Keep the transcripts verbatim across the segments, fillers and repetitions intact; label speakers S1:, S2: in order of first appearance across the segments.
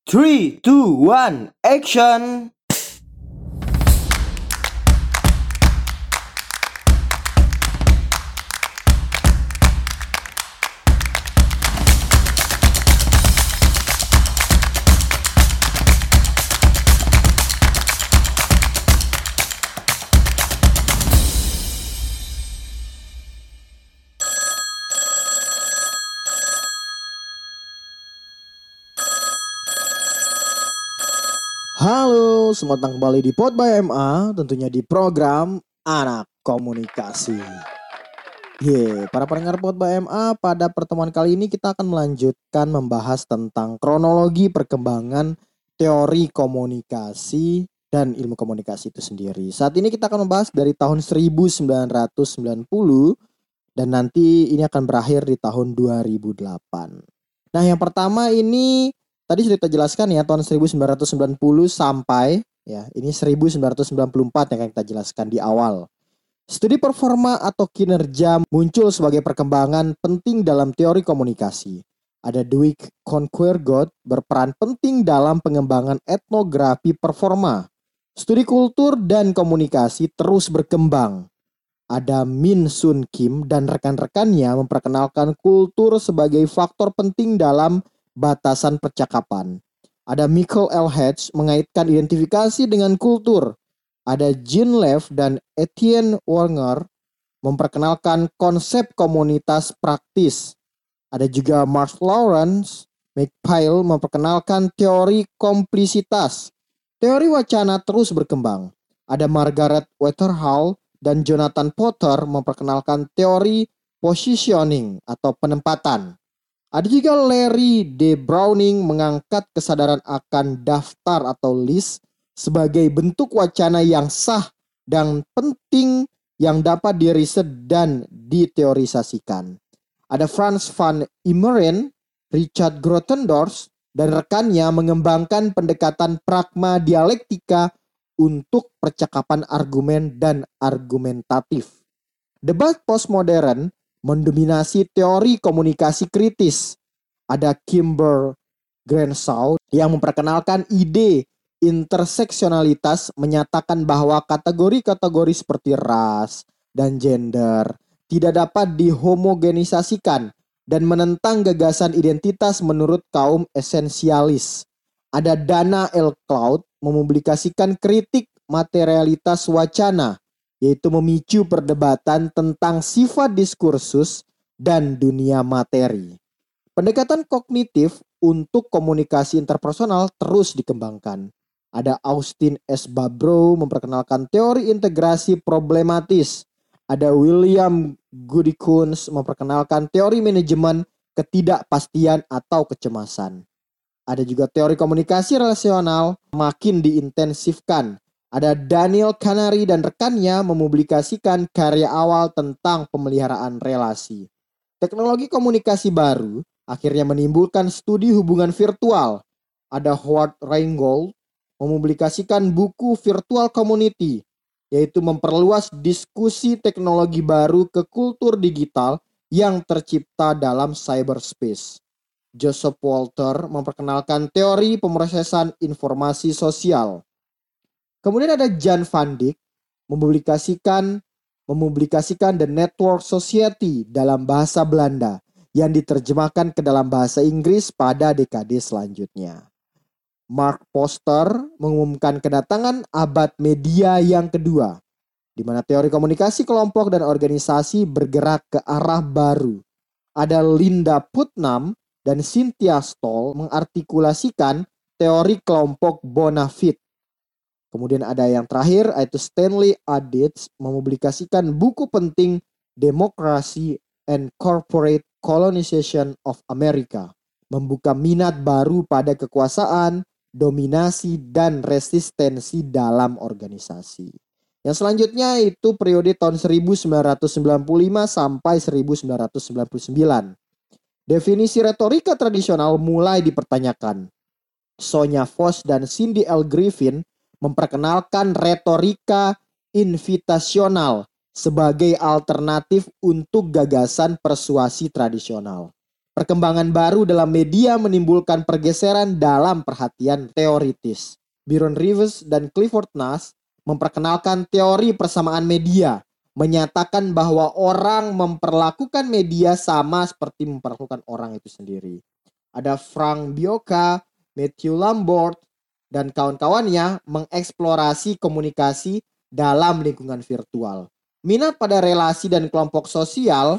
S1: Three, two, one, action!
S2: Halo, selamat datang kembali di Pod by M A, tentunya di program Anak Komunikasi. Ye, para pendengar Pod by M A, pada pertemuan kali ini kita akan melanjutkan membahas tentang kronologi perkembangan teori komunikasi dan ilmu komunikasi itu sendiri. Saat ini kita akan membahas dari tahun seribu sembilan ratus sembilan puluh dan nanti ini akan berakhir di tahun dua ribu delapan. Nah, yang pertama ini tadi sudah kita jelaskan ya, tahun seribu sembilan ratus sembilan puluh sampai ya ini seribu sembilan ratus sembilan puluh empat yang akan kita jelaskan di awal. Studi performa atau kinerja muncul sebagai perkembangan penting dalam teori komunikasi. Ada Dwight Conquergold berperan penting dalam pengembangan etnografi performa. Studi kultur dan komunikasi terus berkembang. Ada Min Sun Kim dan rekan-rekannya memperkenalkan kultur sebagai faktor penting dalam batasan percakapan. Ada Michael L. Hedges mengaitkan identifikasi dengan kultur. Ada Jean Lev dan Etienne Wenger memperkenalkan konsep komunitas praktis. Ada juga Mark Lawrence McPhail memperkenalkan teori komplisitas. Teori wacana terus berkembang. Ada Margaret Westerhall dan Jonathan Porter memperkenalkan teori positioning atau penempatan. Ada juga Larry D. Browning mengangkat kesadaran akan daftar atau list sebagai bentuk wacana yang sah dan penting yang dapat diriset dan diteorisasikan. Ada Frans van Imeren, Richard Grotendorf, dan rekannya mengembangkan pendekatan pragma dialektika untuk percakapan argumen dan argumentatif. Debat postmodern mendominasi teori komunikasi kritis. Ada Kimber Grenshaw yang memperkenalkan ide interseksionalitas, menyatakan bahwa kategori-kategori seperti ras dan gender tidak dapat dihomogenisasikan dan menentang gagasan identitas menurut kaum esensialis. Ada Dana L. Cloud mempublikasikan kritik materialitas wacana, yaitu memicu perdebatan tentang sifat diskursus dan dunia materi. Pendekatan kognitif untuk komunikasi interpersonal terus dikembangkan. Ada Austin S. Babrow memperkenalkan teori integrasi problematis. Ada William Goody-Kunz memperkenalkan teori manajemen ketidakpastian atau kecemasan. Ada juga teori komunikasi relasional makin diintensifkan. Ada Daniel Canary dan rekannya mempublikasikan karya awal tentang pemeliharaan relasi. Teknologi komunikasi baru akhirnya menimbulkan studi hubungan virtual. Ada Howard Rheingold mempublikasikan buku Virtual Community, yaitu memperluas diskusi teknologi baru ke kultur digital yang tercipta dalam cyberspace. Joseph Walter memperkenalkan teori pemrosesan informasi sosial. Kemudian ada Jan van Dijk mempublikasikan mempublikasikan The Network Society dalam bahasa Belanda yang diterjemahkan ke dalam bahasa Inggris pada dekade selanjutnya. Mark Poster mengumumkan kedatangan abad media yang kedua, di mana teori komunikasi kelompok dan organisasi bergerak ke arah baru. Ada Linda Putnam dan Cynthia Stoll mengartikulasikan teori kelompok Bonafide. Kemudian ada yang terakhir, yaitu Stanley Adits mempublikasikan buku penting Democracy and Corporate Colonization of America, membuka minat baru pada kekuasaan, dominasi, dan resistensi dalam organisasi. Yang selanjutnya itu periode tahun seribu sembilan ratus sembilan puluh lima sampai seribu sembilan ratus sembilan puluh sembilan. Definisi retorika tradisional mulai dipertanyakan. Sonya Voss dan Cindy L. Griffin memperkenalkan retorika invitasional sebagai alternatif untuk gagasan persuasi tradisional. Perkembangan baru dalam media menimbulkan pergeseran dalam perhatian teoritis. Byron Rivers dan Clifford Nash memperkenalkan teori persamaan media, menyatakan bahwa orang memperlakukan media sama seperti memperlakukan orang itu sendiri. Ada Frank Bioka, Matthew Lambert, dan kawan-kawannya mengeksplorasi komunikasi dalam lingkungan virtual. Minat pada relasi dan kelompok sosial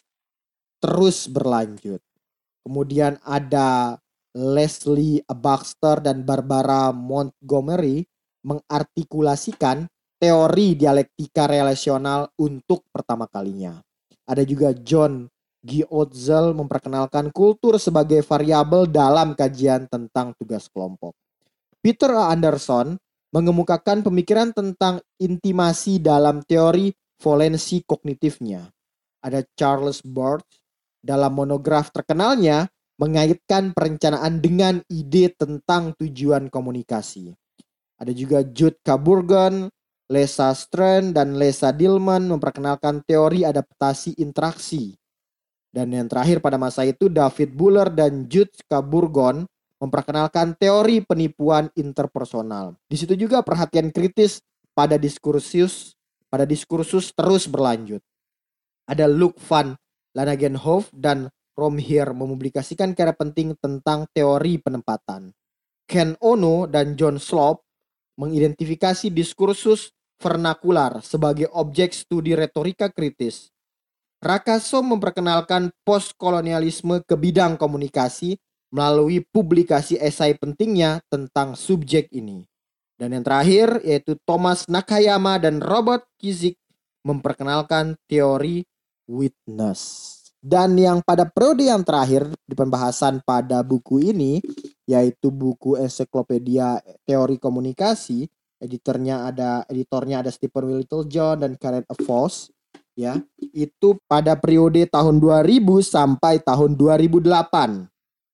S2: terus berlanjut. Kemudian ada Leslie Baxter dan Barbara Montgomery mengartikulasikan teori dialektika relasional untuk pertama kalinya. Ada juga John Giotzel memperkenalkan kultur sebagai variabel dalam kajian tentang tugas kelompok. Peter Anderson mengemukakan pemikiran tentang intimasi dalam teori valensi kognitifnya. Ada Charles Bird dalam monograf terkenalnya mengaitkan perencanaan dengan ide tentang tujuan komunikasi. Ada juga Jude Kaburgan, Lesa Strand, dan Lesa Dillman memperkenalkan teori adaptasi interaksi. Dan yang terakhir pada masa itu David Buller dan Jude Kaburgon memperkenalkan teori penipuan interpersonal. Di situ juga perhatian kritis pada diskursus pada diskursus terus berlanjut. Ada Luc van Lanagenhoef dan Romhier mempublikasikan karya penting tentang teori penempatan. Ken Ono dan John Slope mengidentifikasi diskursus vernakular sebagai objek studi retorika kritis. Rakaso memperkenalkan postkolonialisme ke bidang komunikasi melalui publikasi esai pentingnya tentang subjek ini. Dan yang terakhir yaitu Thomas Nakayama dan Robert Kizik memperkenalkan teori witness. Dan yang pada periode yang terakhir di pembahasan pada buku ini yaitu buku ensiklopedia teori komunikasi, editornya ada editornya ada Stephen Littlejohn dan Karen Foss, ya. Itu pada periode tahun dua ribu sampai tahun dua ribu delapan.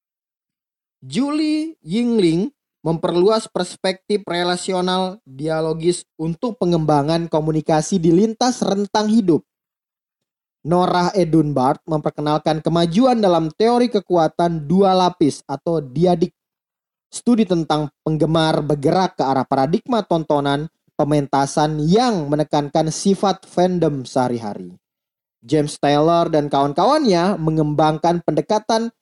S2: Julie Yingling memperluas perspektif relasional dialogis untuk pengembangan komunikasi di lintas rentang hidup. Norah E. Dunbar memperkenalkan kemajuan dalam teori kekuatan dua lapis atau diadik. Studi tentang penggemar bergerak ke arah paradigma tontonan pementasan yang menekankan sifat fandom sehari-hari. James Taylor dan kawan-kawannya mengembangkan pendekatan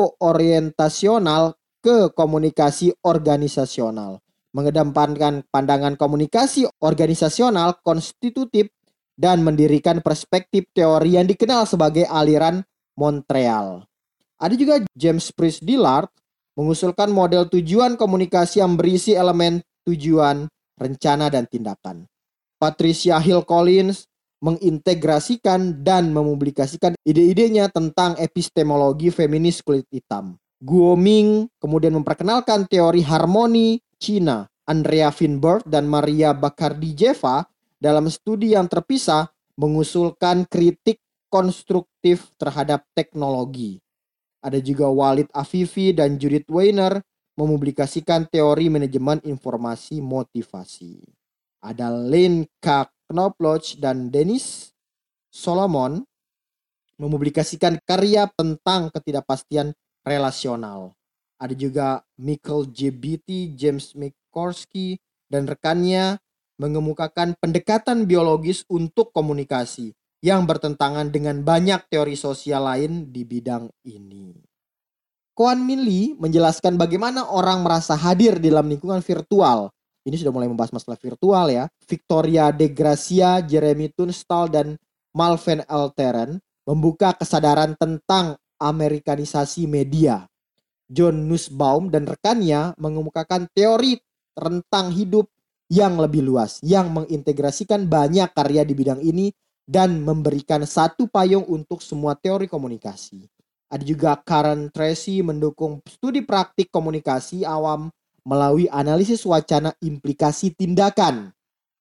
S2: koorientasional ke komunikasi organisasional, mengedepankan pandangan komunikasi organisasional konstitutif dan mendirikan perspektif teori yang dikenal sebagai aliran Montreal. Ada juga James Priest Dillard mengusulkan model tujuan komunikasi yang berisi elemen tujuan, rencana, dan tindakan. Patricia Hill Collins mengintegrasikan dan mempublikasikan ide-idenya tentang epistemologi feminis kulit hitam. Guo Ming kemudian memperkenalkan teori harmoni Cina. Andrea Finberg dan Maria Bakardijeva dalam studi yang terpisah mengusulkan kritik konstruktif terhadap teknologi. Ada juga Walid Afifi dan Judith Weiner mempublikasikan teori manajemen informasi motivasi. Ada Lynn K. Knobloch dan Dennis Solomon mempublikasikan karya tentang ketidakpastian relasional. Ada juga Michael J. Beatty, James McCorsky, dan rekannya mengemukakan pendekatan biologis untuk komunikasi yang bertentangan dengan banyak teori sosial lain di bidang ini. Koan Min Lee menjelaskan bagaimana orang merasa hadir di dalam lingkungan virtual. Ini sudah mulai membahas masalah virtual ya. Victoria de Gracia, Jeremy Tunstall, dan Malven Alteren membuka kesadaran tentang Amerikanisasi media. John Nussbaum dan rekannya mengemukakan teori rentang hidup yang lebih luas, yang mengintegrasikan banyak karya di bidang ini dan memberikan satu payung untuk semua teori komunikasi. Ada juga Karen Tracy mendukung studi praktik komunikasi awam melalui analisis wacana implikasi tindakan.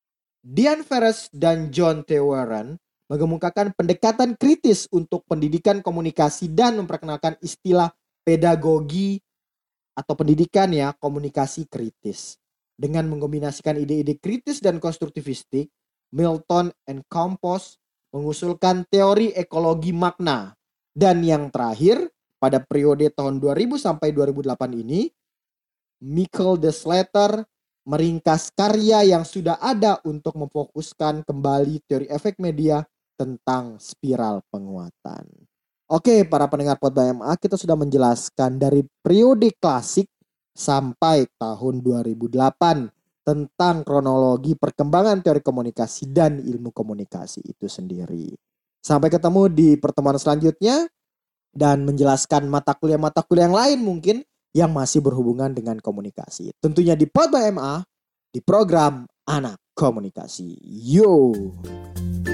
S2: Diane Ferris dan John T. Warren mengemukakan pendekatan kritis untuk pendidikan komunikasi dan memperkenalkan istilah pedagogi atau pendidikan ya komunikasi kritis. Dengan mengombinasikan ide-ide kritis dan konstruktivistik, Milton and Campos mengusulkan teori ekologi makna. Dan yang terakhir, pada periode tahun dua ribu sampai dua ribu delapan ini, Michael de Slater meringkas karya yang sudah ada untuk memfokuskan kembali teori efek media tentang spiral penguatan. Oke, para pendengar Pod by M A, kita sudah menjelaskan dari periode klasik sampai tahun dua ribu delapan tentang kronologi perkembangan teori komunikasi dan ilmu komunikasi itu sendiri. Sampai ketemu di pertemuan selanjutnya dan menjelaskan mata kuliah-mata kuliah yang lain mungkin yang masih berhubungan dengan komunikasi. Tentunya di Pod by M A, di program Anak Komunikasi. Yo!